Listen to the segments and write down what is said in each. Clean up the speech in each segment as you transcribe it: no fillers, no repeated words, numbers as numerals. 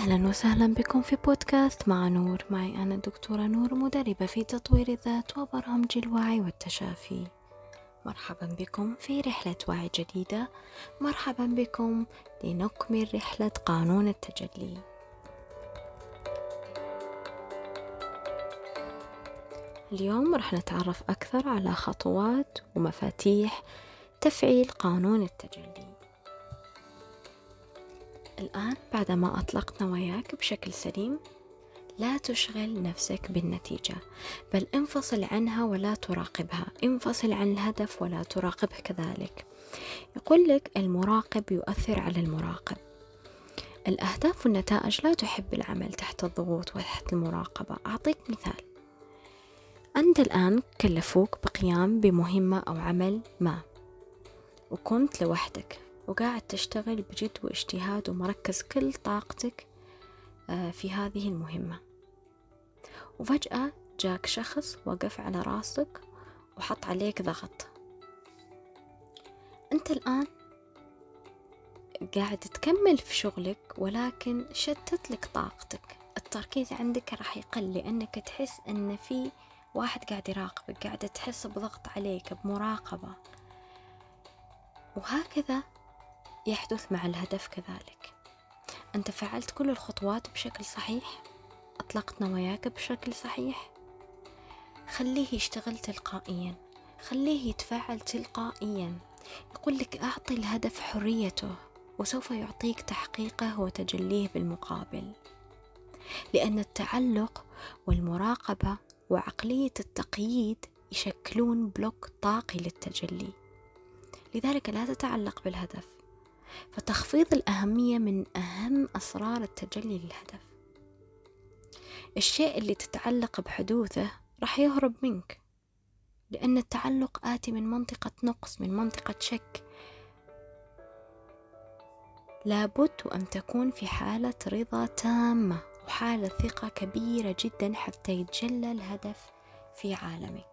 أهلا وسهلا بكم في بودكاست مع نور. معي أنا الدكتورة نور، مدربة في تطوير الذات وبرامج الوعي والتشافي. مرحبا بكم في رحلة وعي جديدة. مرحبا بكم لنكمل رحلة قانون التجلي. اليوم رح نتعرف أكثر على خطوات ومفاتيح تفعيل قانون التجلي. الآن بعدما أطلقنا وياك بشكل سليم، لا تشغل نفسك بالنتيجة، بل انفصل عنها ولا تراقبها. انفصل عن الهدف ولا تراقبه كذلك. يقول لك المراقب يؤثر على المراقب. الأهداف والنتائج لا تحب العمل تحت الضغوط وتحت المراقبة. أعطيك مثال. أنت الآن كلفوك بقيام بمهمة أو عمل ما، وكنت لوحدك وقاعد تشتغل بجد واجتهاد ومركز كل طاقتك في هذه المهمة، وفجأة جاك شخص وقف على راسك وحط عليك ضغط. أنت الآن قاعد تكمل في شغلك، ولكن شتت لك طاقتك. التركيز عندك راح يقل لأنك تحس أن في واحد قاعد يراقبك، قاعد تحس بضغط عليك، بمراقبة. وهكذا يحدث مع الهدف كذلك. أنت فعلت كل الخطوات بشكل صحيح، أطلقنا وياك بشكل صحيح، خليه يشتغل تلقائيا، خليه يتفاعل تلقائيا. يقول لك أعطي الهدف حريته وسوف يعطيك تحقيقه وتجليه بالمقابل، لأن التعلق والمراقبة وعقلية التقييد يشكلون بلوك طاقي للتجلي. لذلك لا تتعلق بالهدف، فتخفيض الأهمية من أهم أسرار التجلي للهدف. الشيء اللي تتعلق بحدوثه راح يهرب منك، لأن التعلق آتي من منطقة نقص، من منطقة شك. لابد أن تكون في حالة رضا تامة وحالة ثقة كبيرة جدا حتى يتجلى الهدف في عالمك.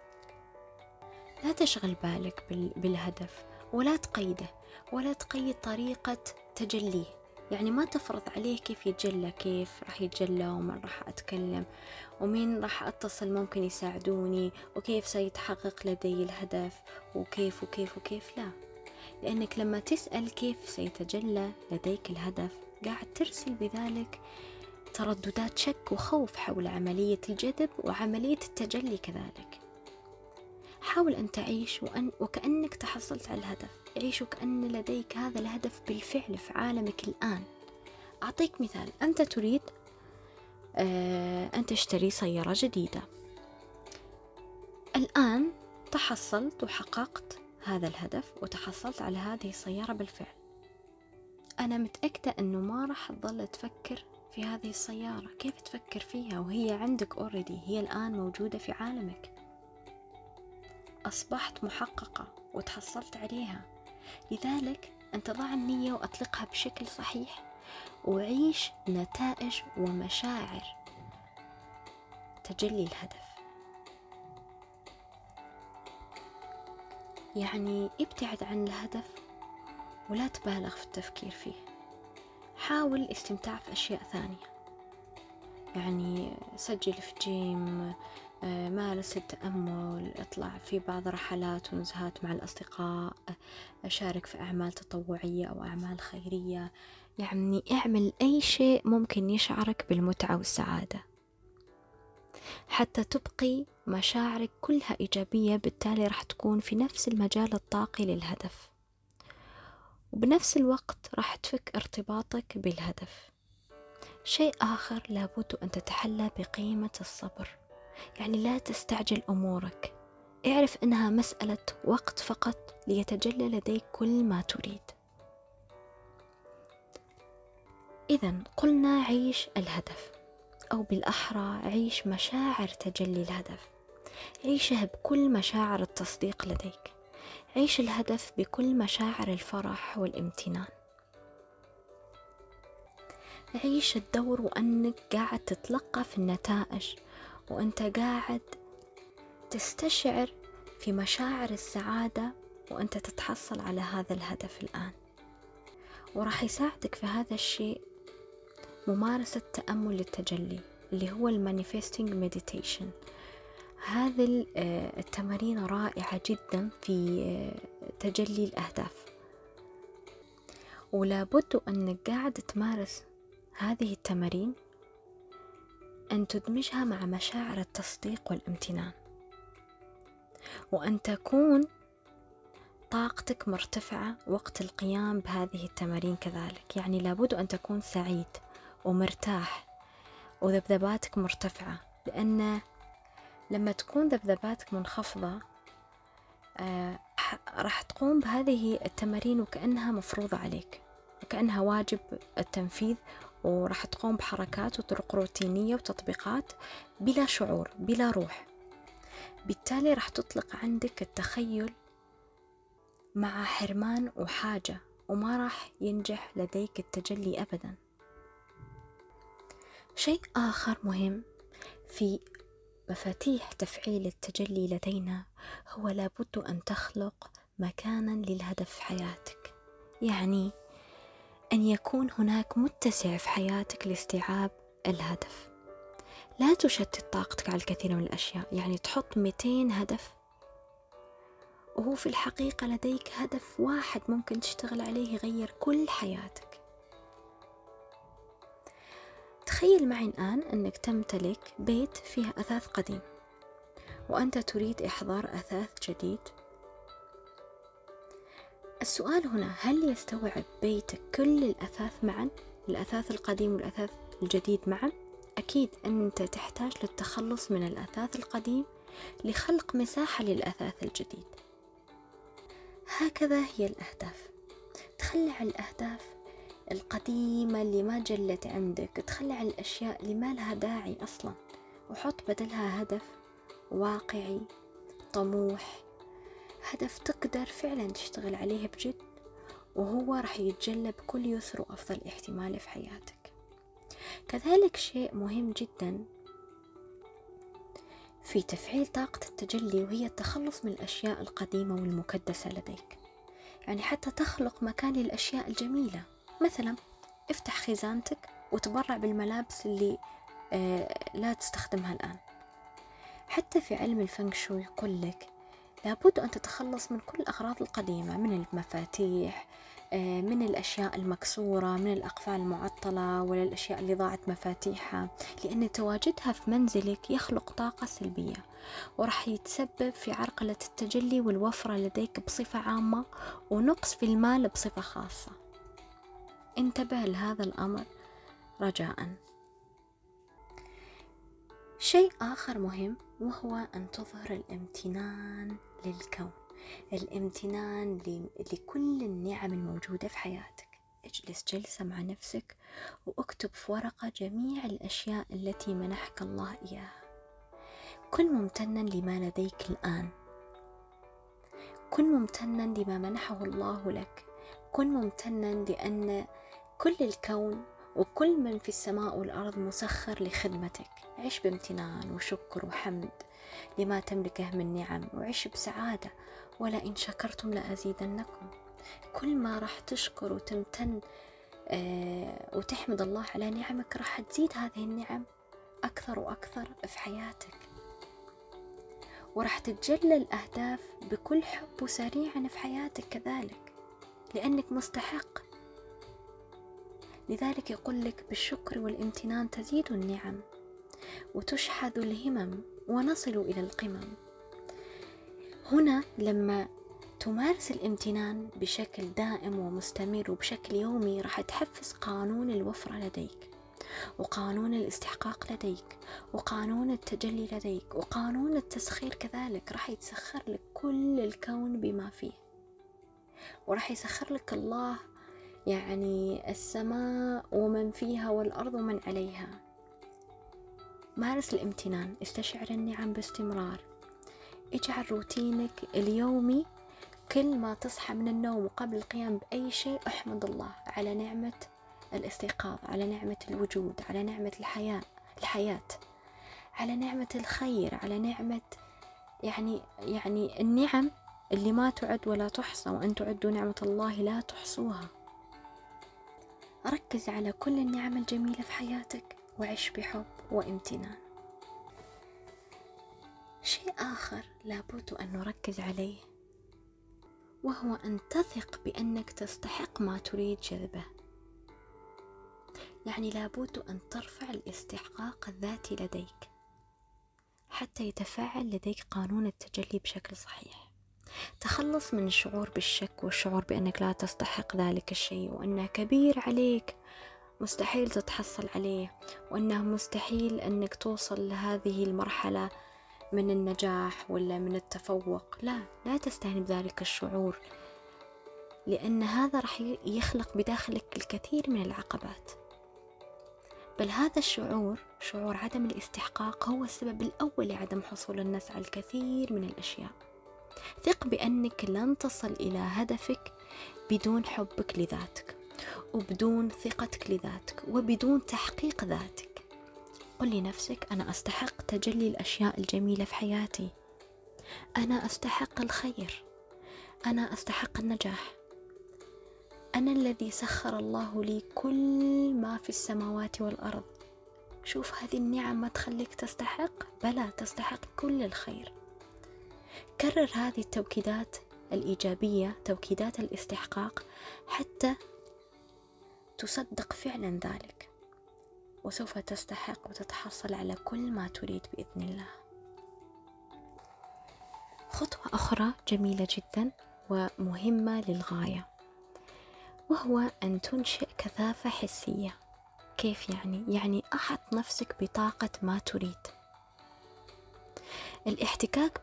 لا تشغل بالك بالهدف، ولا تقيده، ولا تقيد طريقة تجليه. يعني ما تفرض عليه كيف يتجلى، كيف راح يتجلى، ومن راح أتكلم، ومين راح أتصل ممكن يساعدوني، وكيف سيتحقق لدي الهدف، وكيف وكيف وكيف. لا، لأنك لما تسأل كيف سيتجلى لديك الهدف، قاعد ترسل بذلك ترددات شك وخوف حول عملية الجذب وعملية التجلي كذلك. حاول أن تعيش وكأنك تحصلت على الهدف. عيش وكأن لديك هذا الهدف بالفعل في عالمك الآن. أعطيك مثال. أنت تريد أن تشتري سيارة جديدة. الآن تحصلت وحققت هذا الهدف وتحصلت على هذه السيارة بالفعل. أنا متأكدة أنه ما راح تظل تفكر في هذه السيارة. كيف تفكر فيها وهي عندك already، هي الآن موجودة في عالمك، أصبحت محققة وتحصلت عليها. لذلك أنت ضع النية وأطلقها بشكل صحيح، وعيش نتائج ومشاعر تجلي الهدف. يعني ابتعد عن الهدف ولا تبالغ في التفكير فيه. حاول استمتاع في أشياء ثانية. يعني سجل في جيم، مارس التأمل، اطلع في بعض رحلات ونزهات مع الأصدقاء، أشارك في أعمال تطوعية أو أعمال خيرية. يعني اعمل أي شيء ممكن يشعرك بالمتعة والسعادة حتى تبقي مشاعرك كلها إيجابية. بالتالي راح تكون في نفس المجال الطاقي للهدف، وبنفس الوقت راح تفك ارتباطك بالهدف. شيء آخر، لابد أن تتحلى بقيمة الصبر. يعني لا تستعجل أمورك. اعرف أنها مسألة وقت فقط ليتجلى لديك كل ما تريد. إذن قلنا عيش الهدف، أو بالأحرى عيش مشاعر تجلي الهدف. عيشه بكل مشاعر التصديق لديك. عيش الهدف بكل مشاعر الفرح والامتنان. عيش الدور وأنك قاعد تتلقى في النتائج، وأنت قاعد تستشعر في مشاعر السعادة وأنت تتحصل على هذا الهدف الآن. وراح يساعدك في هذا الشيء ممارسة تأمل للتجلي اللي هو المانيفستينج مديتيشن. هذه التمارين رائعة جدا في تجلي الأهداف، ولا بد أنك قاعد تمارس هذه التمارين أن تدمجها مع مشاعر التصديق والامتنان، وأن تكون طاقتك مرتفعة وقت القيام بهذه التمارين كذلك. يعني لابد أن تكون سعيد ومرتاح وذبذباتك مرتفعة، لأن لما تكون ذبذباتك منخفضة راح تقوم بهذه التمارين وكأنها مفروضة عليك، وكأنها واجب التنفيذ، وراح تقوم بحركات وطرق روتينية وتطبيقات بلا شعور بلا روح. بالتالي راح تطلق عندك التخيل مع حرمان وحاجة، وما راح ينجح لديك التجلي أبدا. شيء آخر مهم في مفاتيح تفعيل التجلي لدينا هو لابد أن تخلق مكانا للهدف في حياتك، يعني أن يكون هناك متسع في حياتك لاستيعاب الهدف. لا تشتت طاقتك على الكثير من الأشياء، يعني تحط 200 هدف وهو في الحقيقة لديك هدف واحد ممكن تشتغل عليه يغير كل حياتك. تخيل معي الآن أنك تمتلك بيت فيه أثاث قديم، وأنت تريد إحضار أثاث جديد. السؤال هنا، هل يستوعب بيتك كل الأثاث معا، الأثاث القديم والأثاث الجديد معا؟ أكيد أنت تحتاج للتخلص من الأثاث القديم لخلق مساحة للأثاث الجديد. هكذا هي الأهداف. تخلي عن الأهداف القديمة اللي ما جلت عندك، تخلي عن الأشياء اللي ما لها داعي أصلا، وحط بدلها هدف واقعي طموح، هدف تقدر فعلا تشتغل عليه بجد، وهو راح يتجلى بكل يسر وأفضل احتمال في حياتك. كذلك شيء مهم جدا في تفعيل طاقة التجلي وهي التخلص من الأشياء القديمة والمكدسة لديك، يعني حتى تخلق مكان للأشياء الجميلة. مثلا افتح خزانتك وتبرع بالملابس اللي لا تستخدمها الآن. حتى في علم الفنغ شوي يقول لك لابد أن تتخلص من كل الأغراض القديمة، من المفاتيح، من الأشياء المكسورة، من الأقفال المعطلة ولا الأشياء اللي ضاعت مفاتيحها، لأن تواجدها في منزلك يخلق طاقة سلبية، ورح يتسبب في عرقلة التجلي والوفرة لديك بصفة عامة، ونقص في المال بصفة خاصة. انتبه لهذا الأمر رجاءً. شيء آخر مهم وهو أن تظهر الامتنان للكون، الامتنان لكل النعم الموجودة في حياتك. اجلس جلسة مع نفسك واكتب في ورقة جميع الأشياء التي منحك الله إياها. كن ممتنا لما لديك الآن، كن ممتنا لما منحه الله لك، كن ممتنا لأن كل الكون وكل من في السماء والأرض مسخر لخدمتك. عيش بامتنان وشكر وحمد لما تملكه من نعم، وعيش بسعادة، ولئن شكرتم لأزيدنكم. كل ما راح تشكر وتمتن وتحمد الله على نعمك راح تزيد هذه النعم أكثر وأكثر في حياتك، وراح تتجلى الأهداف بكل حب وسريعا في حياتك كذلك، لأنك مستحق. لذلك يقول لك بالشكر والامتنان تزيد النعم وتشحذ الهمم ونصل إلى القمم. هنا لما تمارس الامتنان بشكل دائم ومستمر وبشكل يومي راح تحفز قانون الوفرة لديك، وقانون الاستحقاق لديك، وقانون التجلي لديك، وقانون التسخير كذلك. راح يتسخر لك كل الكون بما فيه، وراح يسخر لك الله يعني السماء ومن فيها والأرض ومن عليها. مارس الامتنان، استشعر النعم باستمرار، اجعل روتينك اليومي كل ما تصحى من النوم وقبل القيام بأي شيء احمد الله على نعمة الاستيقاظ، على نعمة الوجود، على نعمة الحياة، على نعمة الخير، على نعمة يعني النعم اللي ما تعد ولا تحصى، وأن تعدوا نعمة الله لا تحصوها. ركز على كل النعم الجميلة في حياتك وعيش بحب وامتنان. شيء آخر لابد أن نركز عليه وهو أن تثق بأنك تستحق ما تريد جذبه. يعني لابد أن ترفع الاستحقاق الذاتي لديك حتى يتفاعل لديك قانون التجلي بشكل صحيح. تخلص من الشعور بالشك والشعور بأنك لا تستحق ذلك الشيء، وأنه كبير عليك مستحيل تتحصل عليه، وأنه مستحيل أنك توصل لهذه المرحلة من النجاح ولا من التفوق. لا تستهين بذلك الشعور، لأن هذا رح يخلق بداخلك الكثير من العقبات. بل هذا الشعور، شعور عدم الاستحقاق، هو السبب الأول لعدم حصول الناس على الكثير من الأشياء. ثق بأنك لن تصل إلى هدفك بدون حبك لذاتك، وبدون ثقتك لذاتك، وبدون تحقيق ذاتك. قل لنفسك: أنا أستحق تجلي الأشياء الجميلة في حياتي، أنا أستحق الخير، أنا أستحق النجاح، أنا الذي سخر الله لي كل ما في السماوات والأرض. شوف هذه النعم ما تخليك تستحق؟ بلى، تستحق كل الخير. كرر هذه التوكيدات الإيجابية، توكيدات الاستحقاق، حتى تصدق فعلا ذلك، وسوف تستحق وتتحصل على كل ما تريد بإذن الله. خطوة أخرى جميلة جدا ومهمة للغاية، وهو أن تنشئ كثافة حسية. كيف يعني أحط نفسك بطاقة ما تريد. الاحتكاك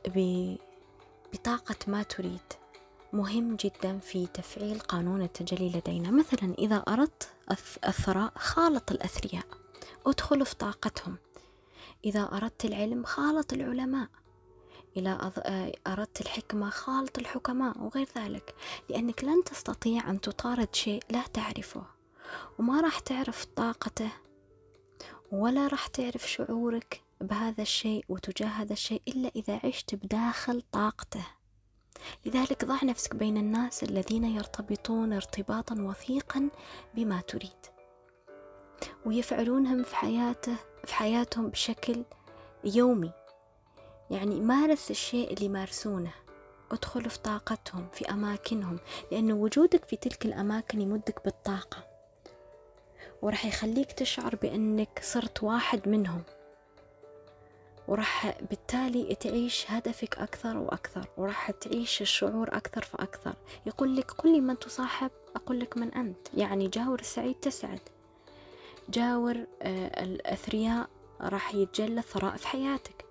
بطاقة ما تريد مهم جدا في تفعيل قانون التجلي لدينا. مثلا إذا أردت الثراء، خالط الأثرياء، أدخل في طاقتهم. إذا أردت العلم، خالط العلماء. إذا أردت الحكمة، خالط الحكماء، وغير ذلك. لأنك لن تستطيع أن تطارد شيء لا تعرفه، وما راح تعرف طاقته، ولا راح تعرف شعورك بهذا الشيء وتجاه هذا الشيء إلا إذا عشت بداخل طاقته. لذلك ضع نفسك بين الناس الذين يرتبطون ارتباطا وثيقا بما تريد، ويفعلونهم في حياتهم بشكل يومي. يعني مارس الشيء اللي مارسونه، ادخل في طاقتهم، في أماكنهم، لأن وجودك في تلك الأماكن يمدك بالطاقة، ورح يخليك تشعر بأنك صرت واحد منهم، ورح بالتالي تعيش هدفك أكثر وأكثر، ورح تعيش الشعور أكثر فأكثر. يقول لك: قل لي من تصاحب أقول لك من أنت. يعني جاور السعيد تسعد، جاور الأثرياء راح يتجلى الثراء في حياتك،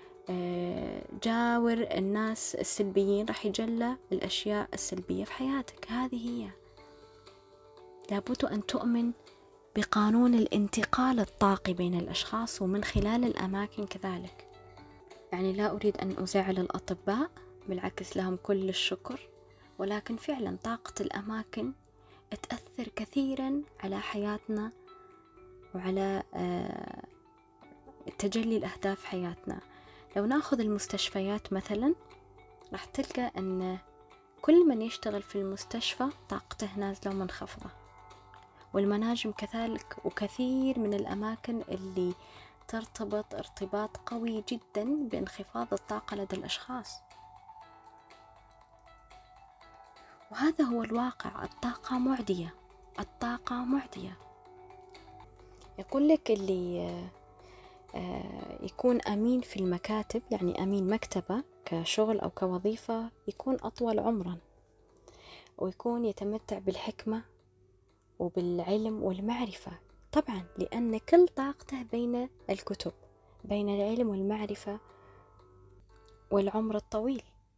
جاور الناس السلبيين راح يجلى الأشياء السلبية في حياتك. هذه هي. لابد أن تؤمن بقانون الانتقال الطاقي بين الأشخاص ومن خلال الأماكن كذلك. يعني لا أريد أن أزعل الأطباء، بالعكس لهم كل الشكر، ولكن فعلا طاقة الأماكن تأثر كثيرا على حياتنا وعلى تجلي الأهداف في حياتنا. لو ناخذ المستشفيات مثلا، راح تلقى أن كل من يشتغل في المستشفى طاقته نازلة ومنخفضة، والمناجم كذلك، وكثير من الأماكن اللي ترتبط ارتباط قوي جدا بانخفاض الطاقة لدى الأشخاص. وهذا هو الواقع. الطاقة معدية، الطاقة معدية. يقول لك اللي يكون أمين في المكاتب، يعني أمين مكتبة كشغل أو كوظيفة، يكون أطول عمرا، ويكون يتمتع بالحكمة وبالعلم والمعرفة. طبعا لأن كل طاقته بين الكتب، بين العلم والمعرفة والعمر الطويل.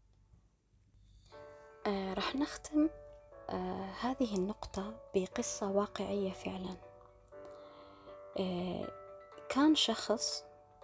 رح نختم هذه النقطة بقصة واقعية فعلا. كان شخص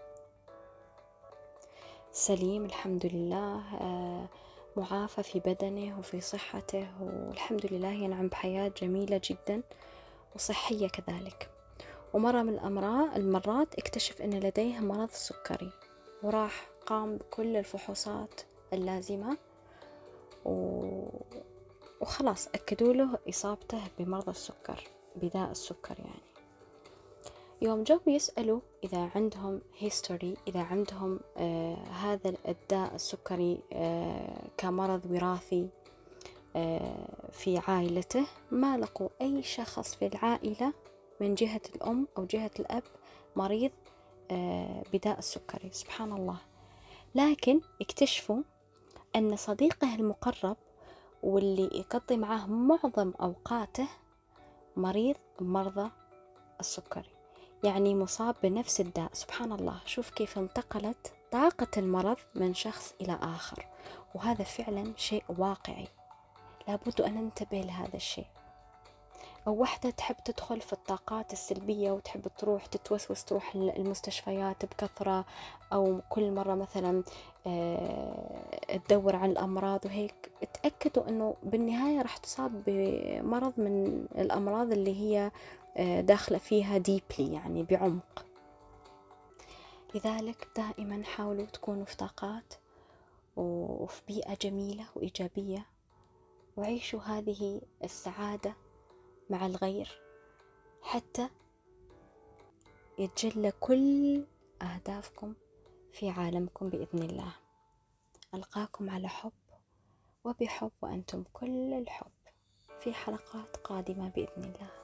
سليم الحمد لله، معافى في بدنه وفي صحته، والحمد لله ينعم بحياة جميلة جدا وصحية كذلك. ومرة من المرات اكتشف أن لديه مرض السكري، وراح قام بكل الفحوصات اللازمة وخلاص أكدوا له إصابته بمرض السكر. بداء السكر. يعني يوم جو يسألوا إذا عندهم history، إذا عندهم هذا الداء السكري كمرض وراثي في عائلته، ما لقوا أي شخص في العائلة من جهة الأم أو جهة الأب مريض بداء السكري، سبحان الله. لكن اكتشفوا أن صديقه المقرب واللي يقضي معه معظم أوقاته مريض مرضى السكري، يعني مصاب بنفس الداء. سبحان الله، شوف كيف انتقلت طاقة المرض من شخص إلى آخر. وهذا فعلا شيء واقعي، لابد أن ننتبه لهذا الشيء. أو واحدة تحب تدخل في الطاقات السلبية وتحب تروح تتوسوس، تروح المستشفيات بكثرة، أو كل مرة مثلا تدور عن الأمراض وهيك، تأكدوا أنه بالنهاية راح تصاب بمرض من الأمراض اللي هي داخلة فيها ديبلي، يعني بعمق. لذلك دائما حاولوا تكونوا في طاقات وفي بيئة جميلة وإيجابية، وعيشوا هذه السعادة مع الغير حتى يتجلى كل أهدافكم في عالمكم بإذن الله. ألقاكم على حب وبحب، وأنتم كل الحب، في حلقات قادمة بإذن الله.